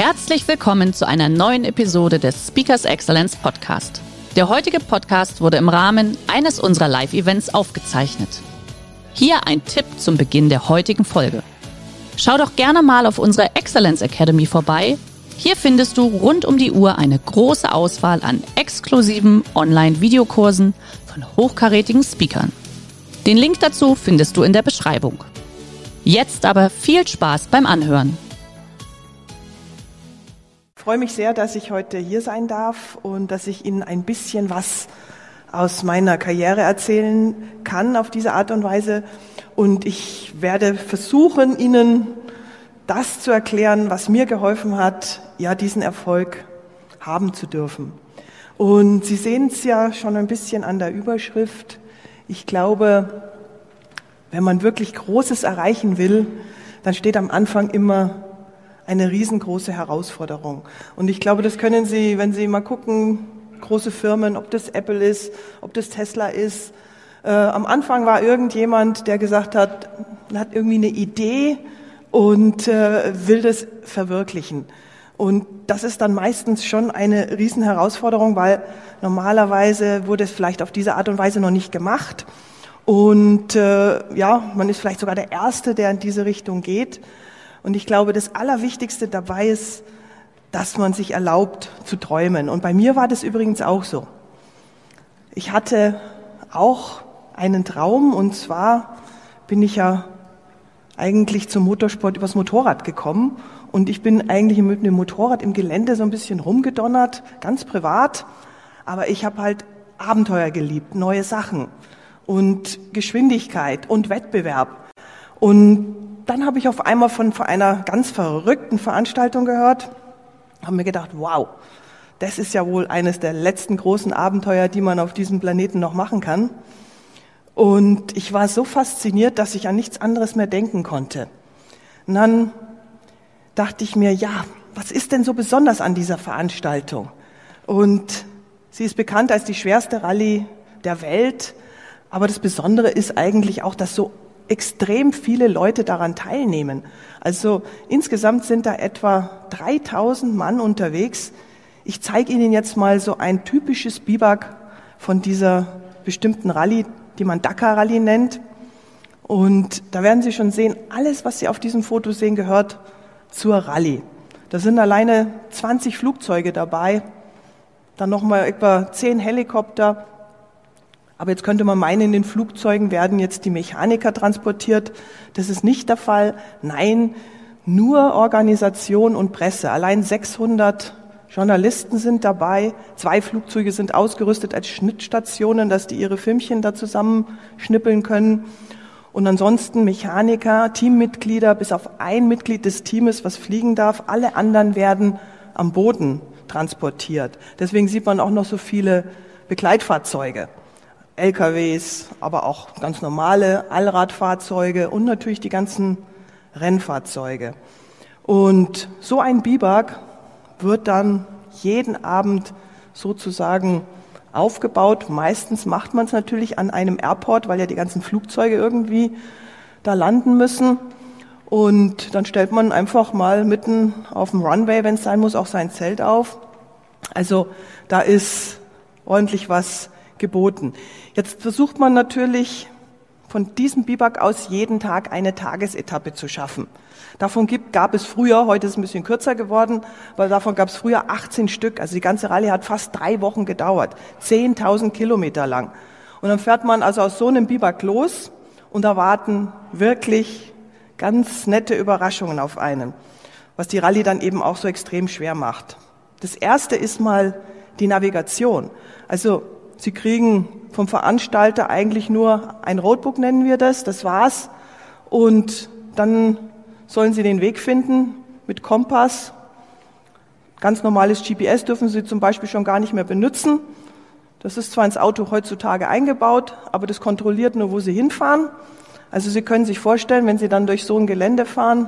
Herzlich willkommen zu einer neuen Episode des Speakers Excellence Podcast. Der heutige Podcast wurde im Rahmen eines unserer Live-Events aufgezeichnet. Hier ein Tipp zum Beginn der heutigen Folge. Schau doch gerne mal auf unserer Excellence Academy vorbei. Hier findest du rund um die Uhr eine große Auswahl an exklusiven Online-Videokursen von hochkarätigen Speakern. Den Link dazu findest du in der Beschreibung. Jetzt aber viel Spaß beim Anhören. Ich freue mich sehr, dass ich heute hier sein darf und dass ich Ihnen ein bisschen was aus meiner Karriere erzählen kann auf diese Art und Weise. Und ich werde versuchen, Ihnen das zu erklären, was mir geholfen hat, ja, diesen Erfolg haben zu dürfen. Und Sie sehen es ja schon ein bisschen an der Überschrift. Ich glaube, wenn man wirklich Großes erreichen will, dann steht am Anfang immer eine riesengroße Herausforderung. Und ich glaube, das können Sie, wenn Sie mal gucken, große Firmen, ob das Apple ist, ob das Tesla ist. Am Anfang war irgendjemand, der gesagt hat irgendwie eine Idee und will das verwirklichen. Und das ist dann meistens schon eine Riesenherausforderung, weil normalerweise wurde es vielleicht auf diese Art und Weise noch nicht gemacht. Und man ist vielleicht sogar der Erste, der in diese Richtung geht. Und ich glaube, das Allerwichtigste dabei ist, dass man sich erlaubt zu träumen. Und bei mir war das übrigens auch so. Ich hatte auch einen Traum, und zwar bin ich ja eigentlich zum Motorsport übers Motorrad gekommen. Und ich bin eigentlich mit dem Motorrad im Gelände so ein bisschen rumgedonnert, ganz privat. Aber ich habe halt Abenteuer geliebt, neue Sachen und Geschwindigkeit und Wettbewerb. Und dann habe ich auf einmal von einer ganz verrückten Veranstaltung gehört, habe mir gedacht, wow, das ist ja wohl eines der letzten großen Abenteuer, die man auf diesem Planeten noch machen kann. Und ich war so fasziniert, dass ich an nichts anderes mehr denken konnte. Und dann dachte ich mir, ja, was ist denn so besonders an dieser Veranstaltung? Und sie ist bekannt als die schwerste Rallye der Welt. Aber das Besondere ist eigentlich auch, dass so extrem viele Leute daran teilnehmen. Also insgesamt sind da etwa 3000 Mann unterwegs. Ich zeige Ihnen jetzt mal so ein typisches Biwak von dieser bestimmten Rallye, die man Dakar-Rallye nennt. Und da werden Sie schon sehen, alles, was Sie auf diesem Foto sehen, gehört zur Rallye. Da sind alleine 20 Flugzeuge dabei, dann nochmal etwa 10 Helikopter. Aber jetzt könnte man meinen, in den Flugzeugen werden jetzt die Mechaniker transportiert. Das ist nicht der Fall. Nein, nur Organisation und Presse. Allein 600 Journalisten sind dabei. 2 Flugzeuge sind ausgerüstet als Schnittstationen, dass die ihre Filmchen da zusammenschnippeln können. Und ansonsten Mechaniker, Teammitglieder, bis auf ein Mitglied des Teams, was fliegen darf. Alle anderen werden am Boden transportiert. Deswegen sieht man auch noch so viele Begleitfahrzeuge. LKWs, aber auch ganz normale Allradfahrzeuge und natürlich die ganzen Rennfahrzeuge. Und so ein Biwak wird dann jeden Abend sozusagen aufgebaut. Meistens macht man es natürlich an einem Airport, weil ja die ganzen Flugzeuge irgendwie da landen müssen. Und dann stellt man einfach mal mitten auf dem Runway, wenn es sein muss, auch sein Zelt auf. Also da ist ordentlich was geboten. Jetzt versucht man natürlich von diesem Biwak aus jeden Tag eine Tagesetappe zu schaffen. Davon gab es früher, heute ist es ein bisschen kürzer geworden, weil davon gab es früher 18 Stück. Also die ganze Rallye hat fast 3 Wochen gedauert, 10.000 Kilometer lang. Und dann fährt man also aus so einem Biwak los und da warten wirklich ganz nette Überraschungen auf einen, was die Rallye dann eben auch so extrem schwer macht. Das erste ist mal die Navigation. Also Sie kriegen vom Veranstalter eigentlich nur ein Roadbook, nennen wir das war's. Und dann sollen Sie den Weg finden mit Kompass. Ganz normales GPS dürfen Sie zum Beispiel schon gar nicht mehr benutzen. Das ist zwar ins Auto heutzutage eingebaut, aber das kontrolliert nur, wo Sie hinfahren. Also Sie können sich vorstellen, wenn Sie dann durch so ein Gelände fahren,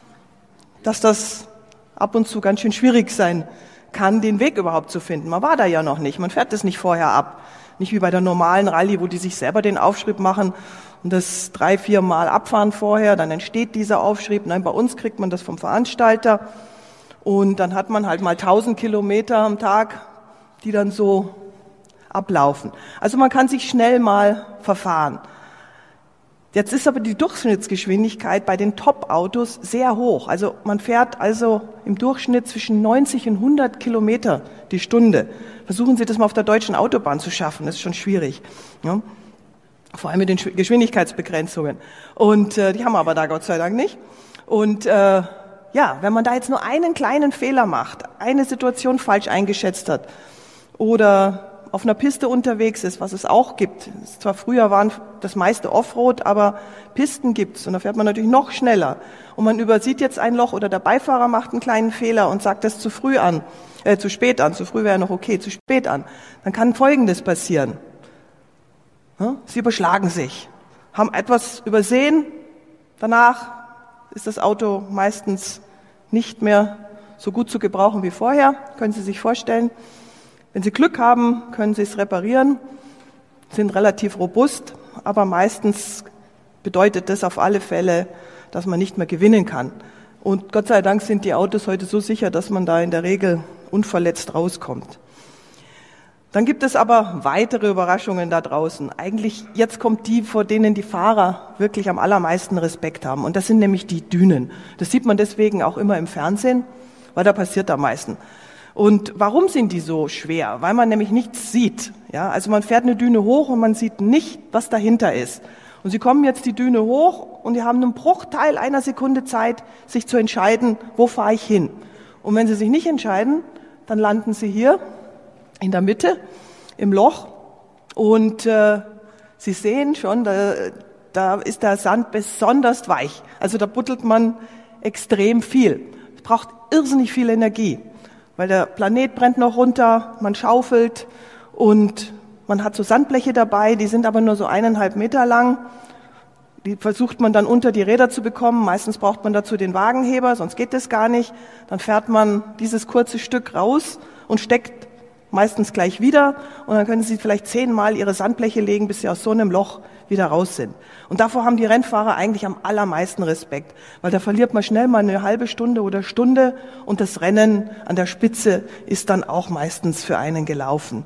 dass das ab und zu ganz schön schwierig sein kann, den Weg überhaupt zu finden. Man war da ja noch nicht, man fährt das nicht vorher ab. Nicht wie bei der normalen Rallye, wo die sich selber den Aufschrieb machen und das 3-4 Mal abfahren vorher, dann entsteht dieser Aufschrieb. Nein, bei uns kriegt man das vom Veranstalter Und dann hat man halt mal 1000 Kilometer am Tag, die dann so ablaufen. Also man kann sich schnell mal verfahren. Jetzt ist aber die Durchschnittsgeschwindigkeit bei den Top-Autos sehr hoch. Also man fährt also im Durchschnitt zwischen 90 und 100 Kilometer die Stunde. Versuchen Sie das mal auf der deutschen Autobahn zu schaffen, das ist schon schwierig. Ja? Vor allem mit den Geschwindigkeitsbegrenzungen. Und die haben wir aber da Gott sei Dank nicht. Und wenn man da jetzt nur einen kleinen Fehler macht, eine Situation falsch eingeschätzt hat oder auf einer Piste unterwegs ist, was es auch gibt. Zwar früher waren das meiste Offroad, aber Pisten gibt's und da fährt man natürlich noch schneller. Und man übersieht jetzt ein Loch oder der Beifahrer macht einen kleinen Fehler und sagt das zu spät an. Zu früh wäre ja noch okay, zu spät an. Dann kann Folgendes passieren. Sie überschlagen sich, haben etwas übersehen, danach ist das Auto meistens nicht mehr so gut zu gebrauchen wie vorher, können Sie sich vorstellen. Wenn Sie Glück haben, können Sie es reparieren, sind relativ robust, aber meistens bedeutet das auf alle Fälle, dass man nicht mehr gewinnen kann. Und Gott sei Dank sind die Autos heute so sicher, dass man da in der Regel unverletzt rauskommt. Dann gibt es aber weitere Überraschungen da draußen. Eigentlich, jetzt kommt die, vor denen die Fahrer wirklich am allermeisten Respekt haben. Und das sind nämlich die Dünen. Das sieht man deswegen auch immer im Fernsehen, weil da passiert am meisten. Und warum sind die so schwer? Weil man nämlich nichts sieht. Ja, also man fährt eine Düne hoch und man sieht nicht, was dahinter ist. Und Sie kommen jetzt die Düne hoch und die haben einen Bruchteil einer Sekunde Zeit, sich zu entscheiden, wo fahre ich hin. Und wenn Sie sich nicht entscheiden, dann landen Sie hier in der Mitte im Loch und Sie sehen schon, da ist der Sand besonders weich. Also da buddelt man extrem viel. Es braucht irrsinnig viel Energie. Weil der Planet brennt noch runter, man schaufelt und man hat so Sandbleche dabei, die sind aber nur so 1,5 Meter lang. Die versucht man dann unter die Räder zu bekommen. Meistens braucht man dazu den Wagenheber, sonst geht das gar nicht. Dann fährt man dieses kurze Stück raus und steckt meistens gleich wieder. Und dann können Sie vielleicht 10-mal Ihre Sandbleche legen, bis Sie aus so einem Loch wieder raus sind. Und davor haben die Rennfahrer eigentlich am allermeisten Respekt, weil da verliert man schnell mal eine halbe Stunde oder Stunde und das Rennen an der Spitze ist dann auch meistens für einen gelaufen.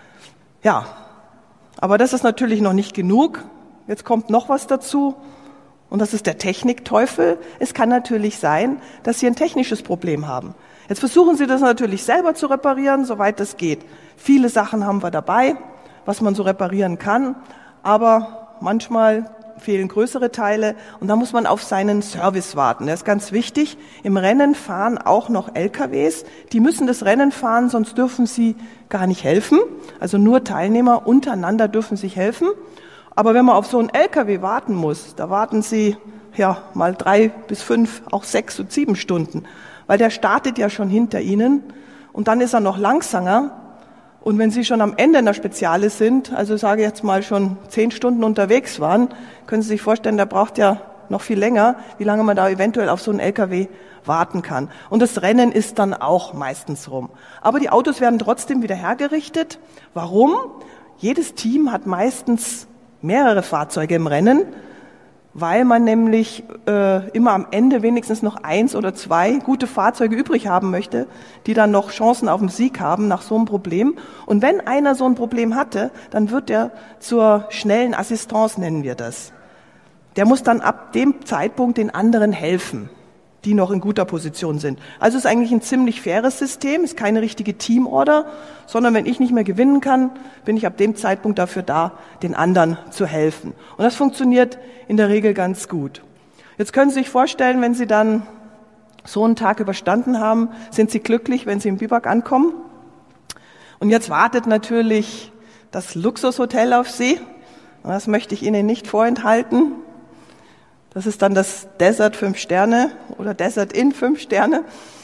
Ja, aber das ist natürlich noch nicht genug. Jetzt kommt noch was dazu und das ist der Technikteufel. Es kann natürlich sein, dass Sie ein technisches Problem haben. Jetzt versuchen Sie das natürlich selber zu reparieren, soweit das geht. Viele Sachen haben wir dabei, was man so reparieren kann, aber manchmal fehlen größere Teile und da muss man auf seinen Service warten. Das ist ganz wichtig. Im Rennen fahren auch noch LKWs. Die müssen das Rennen fahren, sonst dürfen sie gar nicht helfen. Also nur Teilnehmer untereinander dürfen sich helfen. Aber wenn man auf so einen LKW warten muss, da warten Sie mal 3 bis 5, auch 6 und 7 Stunden. Weil der startet ja schon hinter Ihnen und dann ist er noch langsamer. Und wenn Sie schon am Ende einer Speziale sind, also sage ich jetzt mal schon 10 Stunden unterwegs waren, können Sie sich vorstellen, der braucht ja noch viel länger, wie lange man da eventuell auf so einen LKW warten kann. Und das Rennen ist dann auch meistens rum. Aber die Autos werden trotzdem wieder hergerichtet. Warum? Jedes Team hat meistens mehrere Fahrzeuge im Rennen, weil man nämlich immer am Ende wenigstens noch 1 oder 2 gute Fahrzeuge übrig haben möchte, die dann noch Chancen auf den Sieg haben nach so einem Problem. Und wenn einer so ein Problem hatte, dann wird er zur schnellen Assistance, nennen wir das. Der muss dann ab dem Zeitpunkt den anderen helfen, die noch in guter Position sind. Also ist eigentlich ein ziemlich faires System, ist keine richtige Teamorder, sondern wenn ich nicht mehr gewinnen kann, bin ich ab dem Zeitpunkt dafür da, den anderen zu helfen. Und das funktioniert in der Regel ganz gut. Jetzt können Sie sich vorstellen, wenn Sie dann so einen Tag überstanden haben, sind Sie glücklich, wenn Sie im Biwak ankommen. Und jetzt wartet natürlich das Luxushotel auf Sie. Und das möchte ich Ihnen nicht vorenthalten. Das ist dann das Desert 5 Sterne oder Desert Inn 5 Sterne.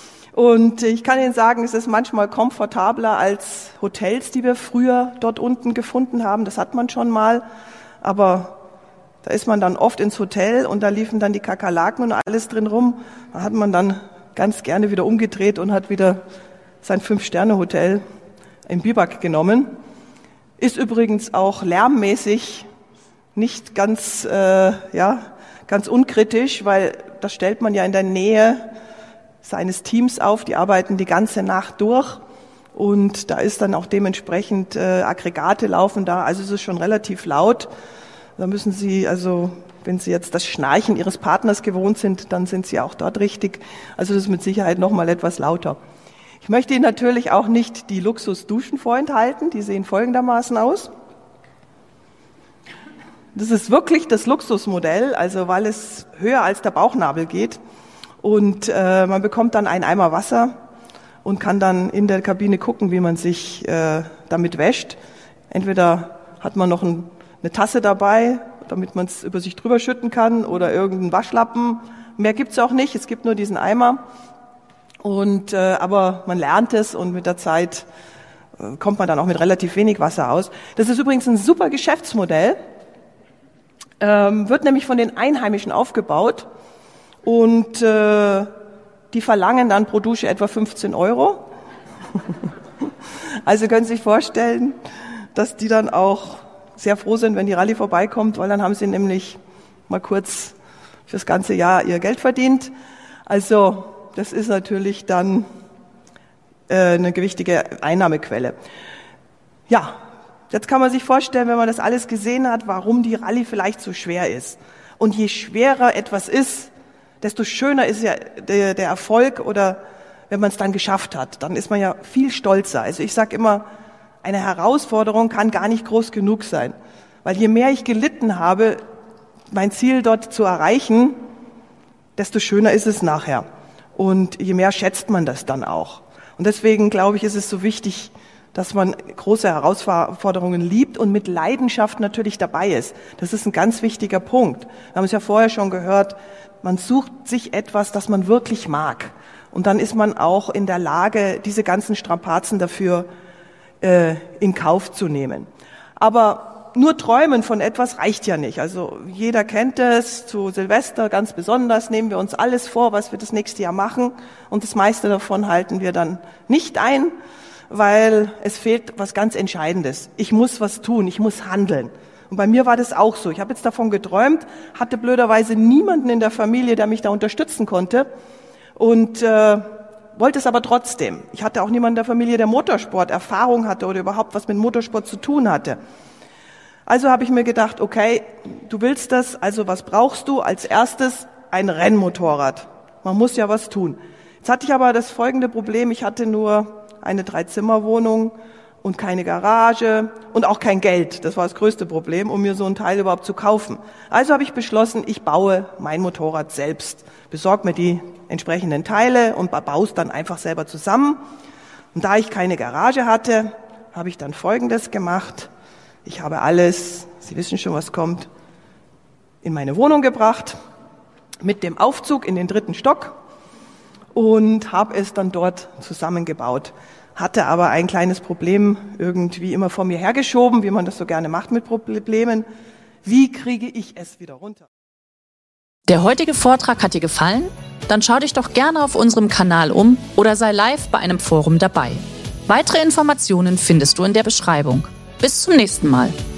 Und ich kann Ihnen sagen, es ist manchmal komfortabler als Hotels, die wir früher dort unten gefunden haben. Das hat man schon mal. Aber da ist man dann oft ins Hotel und da liefen dann die Kakerlaken und alles drin rum. Da hat man dann ganz gerne wieder umgedreht und hat wieder sein 5-Sterne-Hotel im Biwak genommen. Ist übrigens auch lärmmäßig nicht ganz unkritisch, weil das stellt man ja in der Nähe seines Teams auf, die arbeiten die ganze Nacht durch und da ist dann auch dementsprechend Aggregate laufen da, also es ist schon relativ laut. Da müssen Sie, also wenn Sie jetzt das Schnarchen Ihres Partners gewohnt sind, dann sind Sie auch dort richtig. Also das ist mit Sicherheit nochmal etwas lauter. Ich möchte Ihnen natürlich auch nicht die Luxusduschen vorenthalten, die sehen folgendermaßen aus. Das ist wirklich das Luxusmodell, also weil es höher als der Bauchnabel geht. Und man bekommt dann einen Eimer Wasser und kann dann in der Kabine gucken, wie man sich damit wäscht. Entweder hat man noch eine Tasse dabei, damit man es über sich drüber schütten kann, oder irgendeinen Waschlappen. Mehr gibt's auch nicht, es gibt nur diesen Eimer. Und aber man lernt es und mit der Zeit kommt man dann auch mit relativ wenig Wasser aus. Das ist übrigens ein super Geschäftsmodell. Wird nämlich von den Einheimischen aufgebaut und die verlangen dann pro Dusche etwa 15 €. Also können Sie sich vorstellen, dass die dann auch sehr froh sind, wenn die Rallye vorbeikommt, weil dann haben sie nämlich mal kurz fürs ganze Jahr ihr Geld verdient. Also das ist natürlich dann eine gewichtige Einnahmequelle. Ja. Jetzt kann man sich vorstellen, wenn man das alles gesehen hat, warum die Rallye vielleicht so schwer ist. Und je schwerer etwas ist, desto schöner ist ja der Erfolg oder wenn man es dann geschafft hat, dann ist man ja viel stolzer. Also ich sage immer, eine Herausforderung kann gar nicht groß genug sein. Weil je mehr ich gelitten habe, mein Ziel dort zu erreichen, desto schöner ist es nachher. Und je mehr schätzt man das dann auch. Und deswegen glaube ich, ist es so wichtig, dass man große Herausforderungen liebt und mit Leidenschaft natürlich dabei ist. Das ist ein ganz wichtiger Punkt. Wir haben es ja vorher schon gehört, man sucht sich etwas, das man wirklich mag. Und dann ist man auch in der Lage, diese ganzen Strapazen dafür in Kauf zu nehmen. Aber nur träumen von etwas reicht ja nicht. Also jeder kennt es, zu Silvester ganz besonders nehmen wir uns alles vor, was wir das nächste Jahr machen. Und das meiste davon halten wir dann nicht ein, weil es fehlt was ganz Entscheidendes. Ich muss was tun, ich muss handeln. Und bei mir war das auch so. Ich habe jetzt davon geträumt, hatte blöderweise niemanden in der Familie, der mich da unterstützen konnte und wollte es aber trotzdem. Ich hatte auch niemanden in der Familie, der Motorsport-Erfahrung hatte oder überhaupt was mit Motorsport zu tun hatte. Also habe ich mir gedacht, okay, du willst das, also was brauchst du? Als erstes ein Rennmotorrad. Man muss ja was tun. Jetzt hatte ich aber das folgende Problem, ich hatte nur eine 3-Zimmer-Wohnung und keine Garage und auch kein Geld. Das war das größte Problem, um mir so ein Teil überhaupt zu kaufen. Also habe ich beschlossen, ich baue mein Motorrad selbst, besorge mir die entsprechenden Teile und baue es dann einfach selber zusammen. Und da ich keine Garage hatte, habe ich dann Folgendes gemacht. Ich habe alles, Sie wissen schon, was kommt, in meine Wohnung gebracht, mit dem Aufzug in den 3. Stock. Und habe es dann dort zusammengebaut. Hatte aber ein kleines Problem irgendwie immer vor mir hergeschoben, wie man das so gerne macht mit Problemen. Wie kriege ich es wieder runter? Der heutige Vortrag hat dir gefallen? Dann schau dich doch gerne auf unserem Kanal um oder sei live bei einem Forum dabei. Weitere Informationen findest du in der Beschreibung. Bis zum nächsten Mal.